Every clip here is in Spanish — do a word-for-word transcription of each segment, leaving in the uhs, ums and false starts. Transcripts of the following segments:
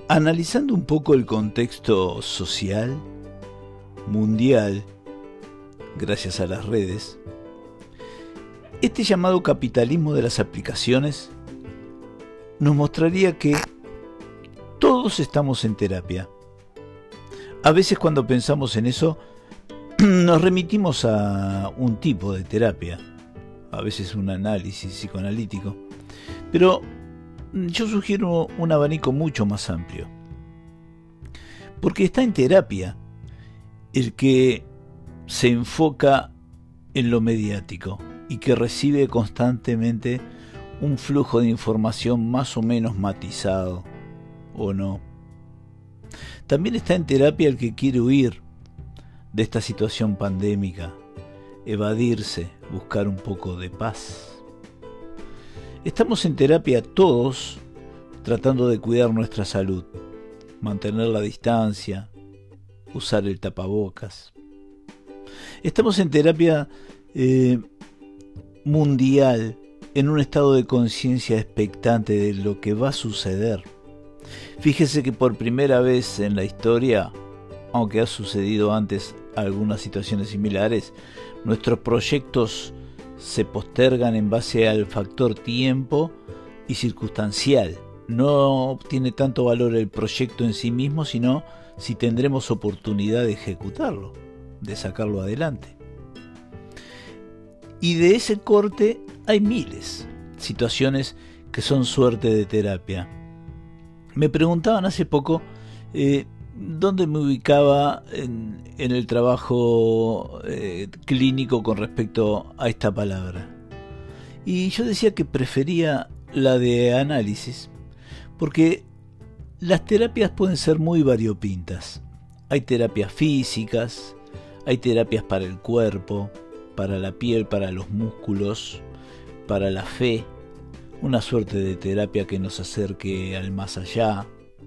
Analizando un poco el contexto social, mundial, gracias a las redes, este llamado capitalismo de las aplicaciones nos mostraría que todos estamos en terapia. A veces cuando pensamos en eso, nos remitimos a un tipo de terapia, a veces un análisis psicoanalítico, pero yo sugiero un abanico mucho más amplio. Porque está en terapia el que se enfoca en lo mediático y que recibe constantemente un flujo de información más o menos matizado, ¿o no? También está en terapia el que quiere huir de esta situación pandémica, evadirse, buscar un poco de paz. Estamos en terapia todos tratando de cuidar nuestra salud, mantener la distancia, usar el tapabocas. Estamos en terapia eh, mundial, en un estado de conciencia expectante de lo que va a suceder. Fíjese que por primera vez en la historia, aunque ha sucedido antes algunas situaciones similares, nuestros proyectos se postergan en base al factor tiempo y circunstancial. No tiene tanto valor el proyecto en sí mismo, sino si tendremos oportunidad de ejecutarlo, de sacarlo adelante. Y de ese corte hay miles, situaciones que son suerte de terapia. Me preguntaban hace poco eh, dónde me ubicaba en, en el trabajo eh, clínico con respecto a esta palabra. Y yo decía que prefería la de análisis, porque las terapias pueden ser muy variopintas. Hay terapias físicas, hay terapias para el cuerpo, para la piel, para los músculos, para la fe, una suerte de terapia que nos acerque al más allá.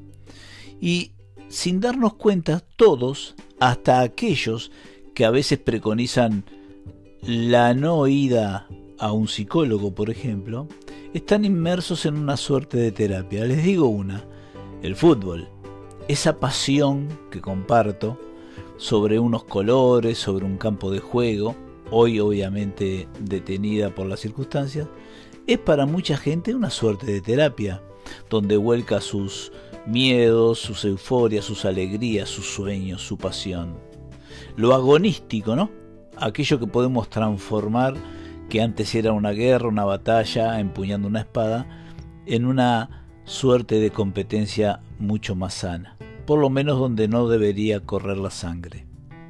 Y sin darnos cuenta, todos, hasta aquellos que a veces preconizan la no ida a un psicólogo, por ejemplo, están inmersos en una suerte de terapia. Les digo una, el fútbol, esa pasión que comparto sobre unos colores, sobre un campo de juego, hoy obviamente detenida por las circunstancias, es para mucha gente una suerte de terapia, donde vuelca sus miedos, sus euforias, sus alegrías, sus sueños, su pasión. Lo agonístico, ¿no? Aquello que podemos transformar, que antes era una guerra, una batalla, empuñando una espada, en una suerte de competencia mucho más sana, por lo menos donde no debería correr la sangre.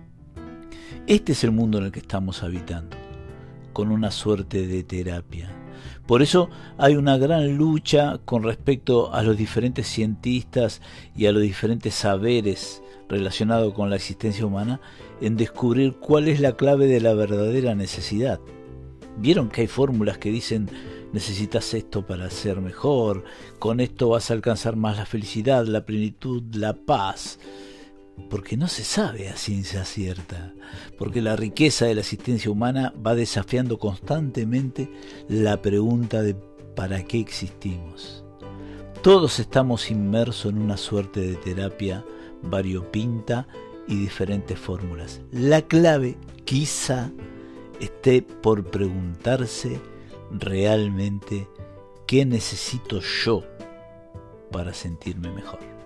Este es el mundo en el que estamos habitando, con una suerte de terapia. Por eso hay una gran lucha con respecto a los diferentes cientistas y a los diferentes saberes relacionados con la existencia humana en descubrir cuál es la clave de la verdadera necesidad. Vieron que hay fórmulas que dicen necesitas esto para ser mejor, con esto vas a alcanzar más la felicidad, la plenitud, la paz, porque no se sabe a ciencia cierta, porque la riqueza de la existencia humana va desafiando constantemente la pregunta de ¿para qué existimos? Todos estamos inmersos en una suerte de terapia variopinta y diferentes fórmulas. La clave quizá esté por preguntarse realmente qué necesito yo para sentirme mejor.